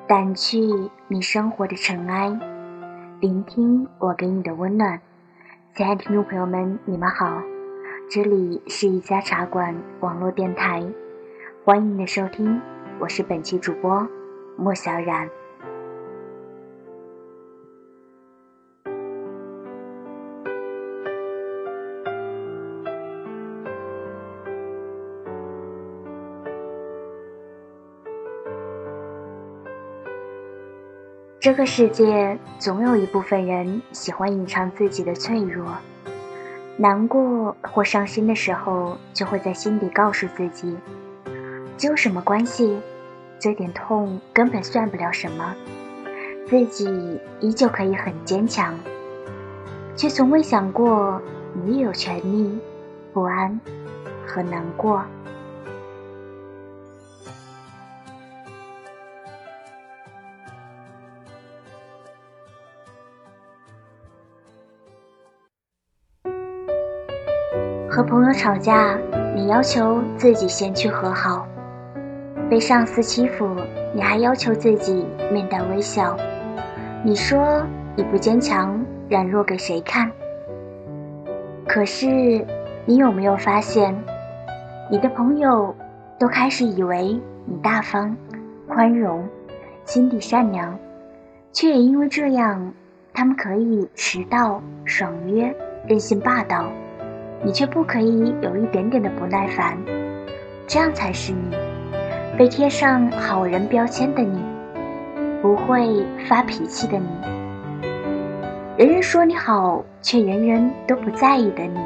掸去你生活的尘埃，聆听我给你的温暖。亲爱的听众朋友们，你们好，这里是一家茶馆网络电台，欢迎你的收听，我是本期主播莫小冉。这个世界总有一部分人喜欢隐藏自己的脆弱，难过或伤心的时候，就会在心底告诉自己，这有什么关系？这点痛根本算不了什么，自己依旧可以很坚强，却从未想过你也有权利不安和难过。和朋友吵架，你要求自己先去和好；被上司欺负，你还要求自己面带微笑。你说你不坚强，软弱给谁看？可是你有没有发现，你的朋友都开始以为你大方、宽容、心地善良，却也因为这样，他们可以迟到、爽约、任性霸道，你却不可以有一点点的不耐烦。这样才是你，被贴上好人标签的你，不会发脾气的你，人人说你好，却人人都不在意的你。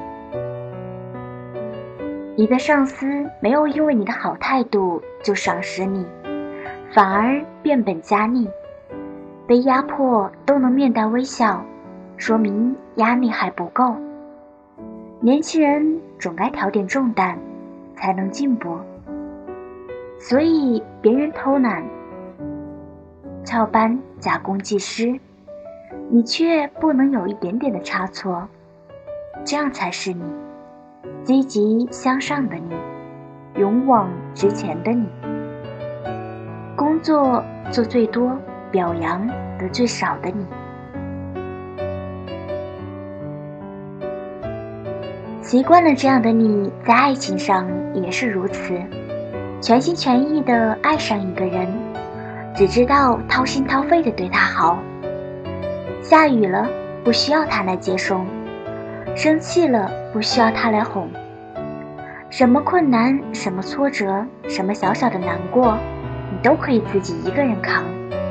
你的上司没有因为你的好态度就赏识你，反而变本加厉，被压迫都能面带微笑，说明压力还不够。年轻人总该挑点重担，才能进步。所以别人偷懒、翘班、假公济私，你却不能有一点点的差错。这样才是你，积极向上的你，勇往直前的你。工作做最多，表扬得最少的你。习惯了这样的你，在爱情上也是如此，全心全意地爱上一个人，只知道掏心掏肺地对他好。下雨了，不需要他来接送；生气了，不需要他来哄。什么困难，什么挫折，什么小小的难过，你都可以自己一个人扛。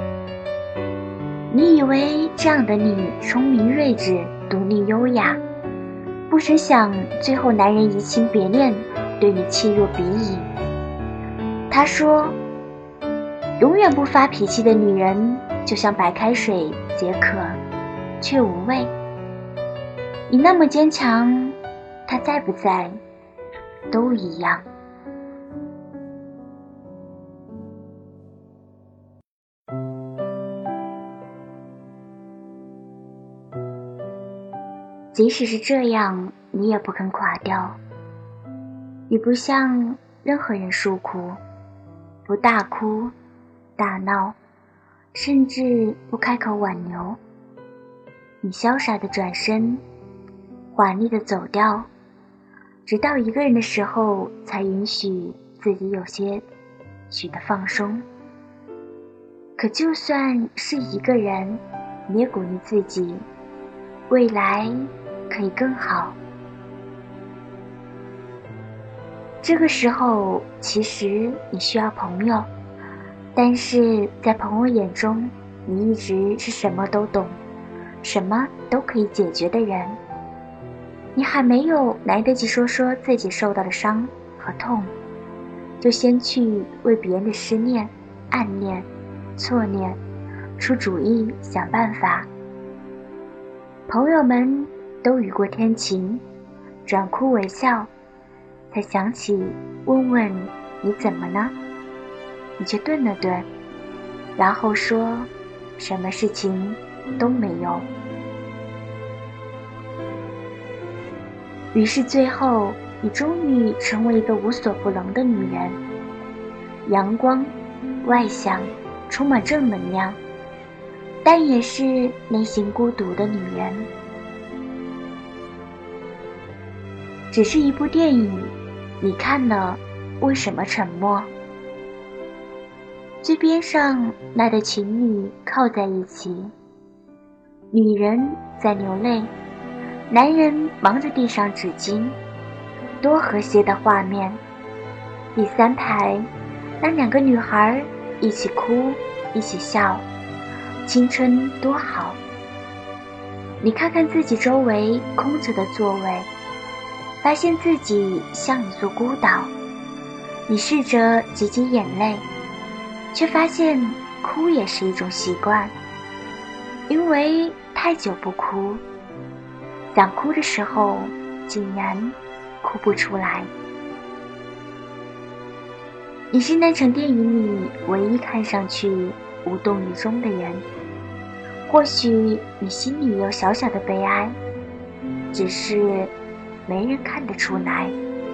你以为这样的你聪明睿智，独立优雅，不曾想最后男人移情别恋，对你弃若敝履。他说，永远不发脾气的女人就像白开水，解渴却无味。你那么坚强，他在不在都一样。即使是这样，你也不肯垮掉。你不向任何人诉苦，不大哭大闹，甚至不开口挽留。你潇洒地转身，华丽地走掉，直到一个人的时候，才允许自己有些许的放松。可就算是一个人，你也鼓励自己，未来可以更好。这个时候，其实你需要朋友，但是在朋友眼中，你一直是什么都懂，什么都可以解决的人。你还没有来得及说自己受到的伤和痛，就先去为别人的失恋、暗恋、错恋出主意想办法。朋友们都雨过天晴，转哭为笑，才想起问问你怎么了，你却顿了顿，然后说什么事情都没有。于是最后，你终于成为一个无所不能的女人，阳光、外向、 充满正能量，但也是内心孤独的女人。只是一部电影，你看了为什么沉默？最边上那对情侣靠在一起，女人在流泪，男人忙着递上纸巾，多和谐的画面。第三排那两个女孩一起哭一起笑，青春多好。你看看自己周围空着的座位，发现自己像一座孤岛，你试着挤挤眼泪，却发现哭也是一种习惯，因为太久不哭，想哭的时候竟然哭不出来。你是那场电影里唯一看上去无动于衷的人，或许你心里有小小的悲哀，只是没人看得出来。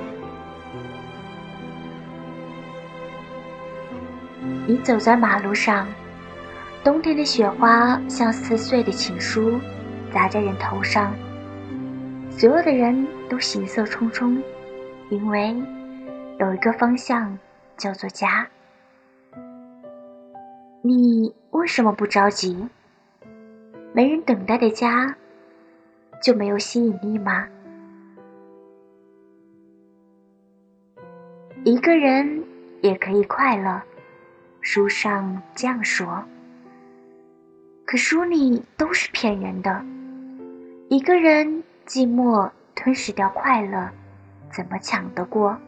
你走在马路上，冬天的雪花像撕碎的情书，砸在人头上。所有的人都行色匆匆，因为有一个方向叫做家。你为什么不着急？没人等待的家就没有吸引力吗？一个人也可以快乐，书上这样说，可书里都是骗人的。一个人寂寞吞噬掉快乐，怎么抢得过？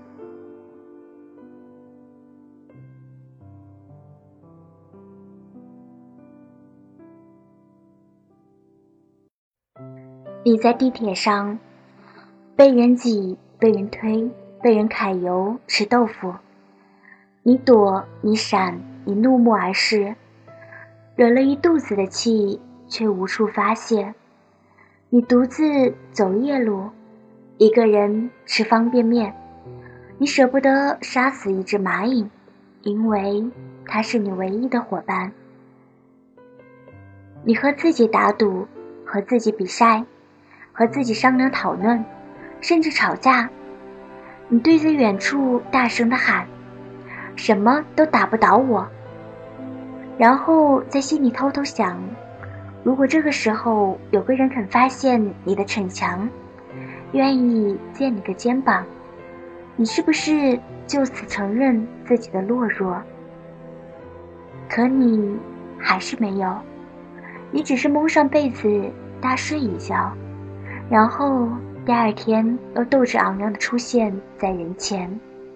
你在地铁上，被人挤，被人推，被人揩油吃豆腐，你躲，你闪，你怒目而视，惹了一肚子的气，却无处发泄。你独自走夜路，一个人吃方便面，你舍不得杀死一只蚂蚁，因为它是你唯一的伙伴。你和自己打赌，和自己比赛，和自己商量讨论，甚至吵架。你对着远处大声地喊，什么都打不倒我。然后在心里偷偷想，如果这个时候有个人肯发现你的逞强，愿意借你个肩膀，你是不是就此承认自己的懦弱？可你还是没有，你只是蒙上被子大睡一觉，然后第二天又斗志昂扬地出现在人前。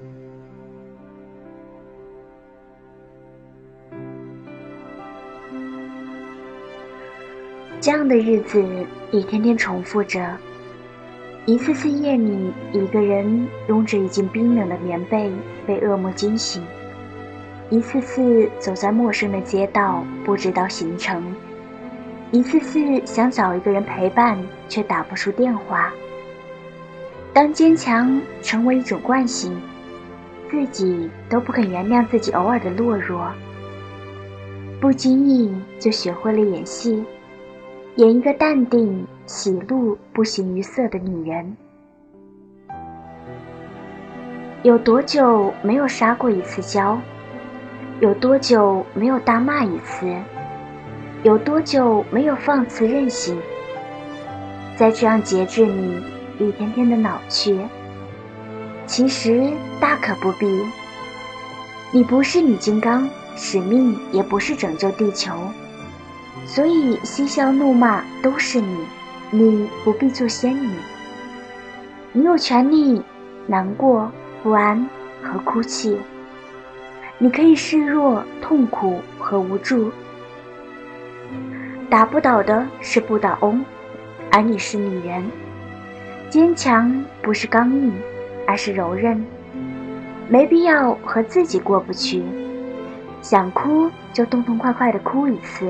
这样的日子一天天重复着，一次次夜里，一个人拥着已经冰冷的棉被被噩梦惊醒，一次次走在陌生的街道不知道行程，一次次想找一个人陪伴却打不出电话。当坚强成为一种惯性，自己都不肯原谅自己偶尔的懦弱，不经意就学会了演戏，演一个淡定喜怒不形于色的女人。有多久没有撒过一次娇？有多久没有大骂一次？有多久没有放肆任性？在这样节制里一天天的老去，其实大可不必。你不是女金刚，使命也不是拯救地球，所以嬉笑怒骂都是你不必做仙女。你有权利难过、不安和哭泣，你可以示弱、痛苦和无助。打不倒的是不倒翁，而你是女人。坚强不是刚硬，而是柔韧。没必要和自己过不去，想哭就痛痛快快地哭一次，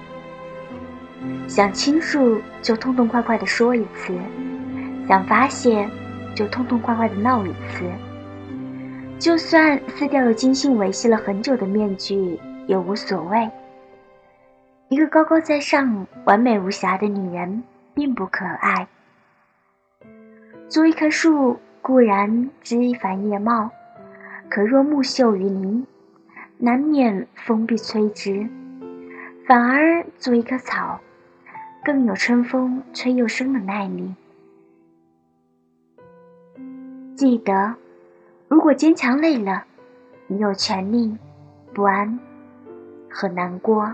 想倾诉就痛痛快快地说一次，想发泄就痛痛快快地闹一次。就算撕掉了精心维系了很久的面具， 也无所谓。一个高高在上、完美无瑕的女人并不可爱。做一棵树固然枝繁叶茂，可若木秀于林，难免风必摧之。反而做一棵草，更有春风吹又生的耐力。记得，如果坚强累了，你有权利不安和难过。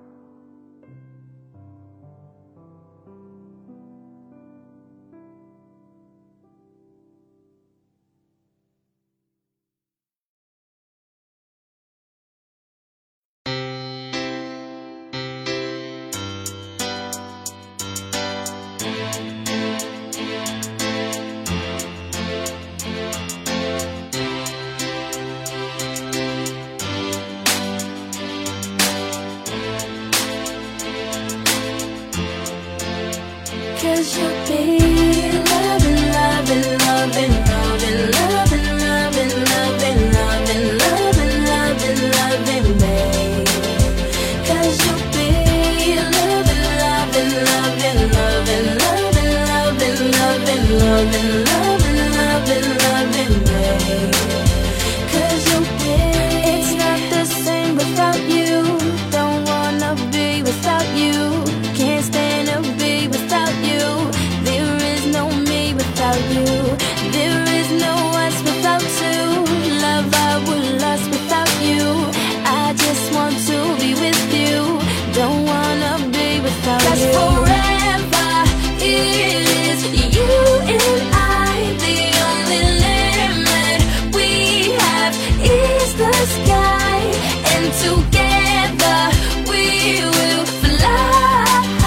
'Cause you'll be loving, loving, loving, loving, loving, loving, loving, loving, loving, loving, loving me. 'Cause you'll be loving, loving, loving, loving, loving, loving, loving, loving, loving, loving, loving me. 'Cause you'll be. It's not the same without you. Don't wanna be without you. Can't stand to be without you. There is no me without you. There is no us without two. Love I would lost without you. I just want to be with you. Don't wanna be without you. 'Cause forever it is you and I. The only limit we have is the sky. And together we will fly.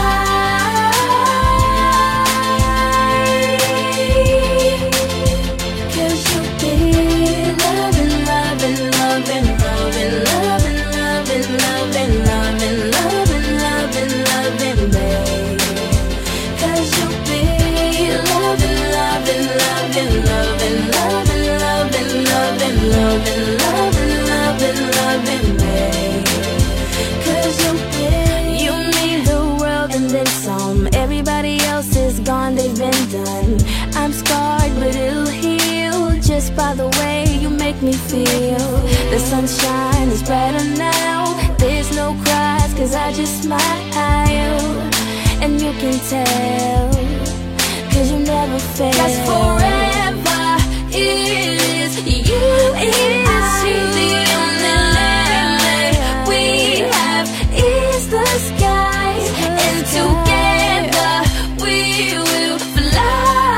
'Cause you'll be loving, loving, loving, loving, loving, loving, loving, loving, loving, loving, loving me. 'Cause you'll be loving, loving, loving, loving, loving, loving, loving, loving, loving, loving, loving me. 'Cause you'll be. You mean the world and then some. Everybody else is gone, they've been done. I'm scarred, but it'll heal just by the way you make me feel. The sunshine is brighter now. There's no cries, 'cause I just smile. And you can tell, 'cause you never fail. 'Cause forever it is you and I. The only limit we have is the sky. And together we will fly.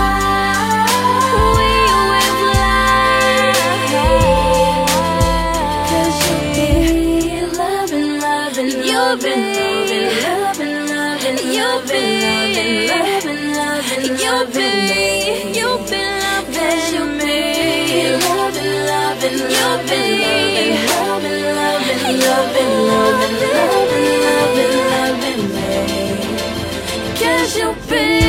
We will fly. 'Cause you'll be loving, loving, loving, loving, loving, loving, you'll be loving, loving, you'll be loving, you'll be loving, loving, you'll be loving, loving, loving, loving, loving, loving, loving me. 'Cause you'll be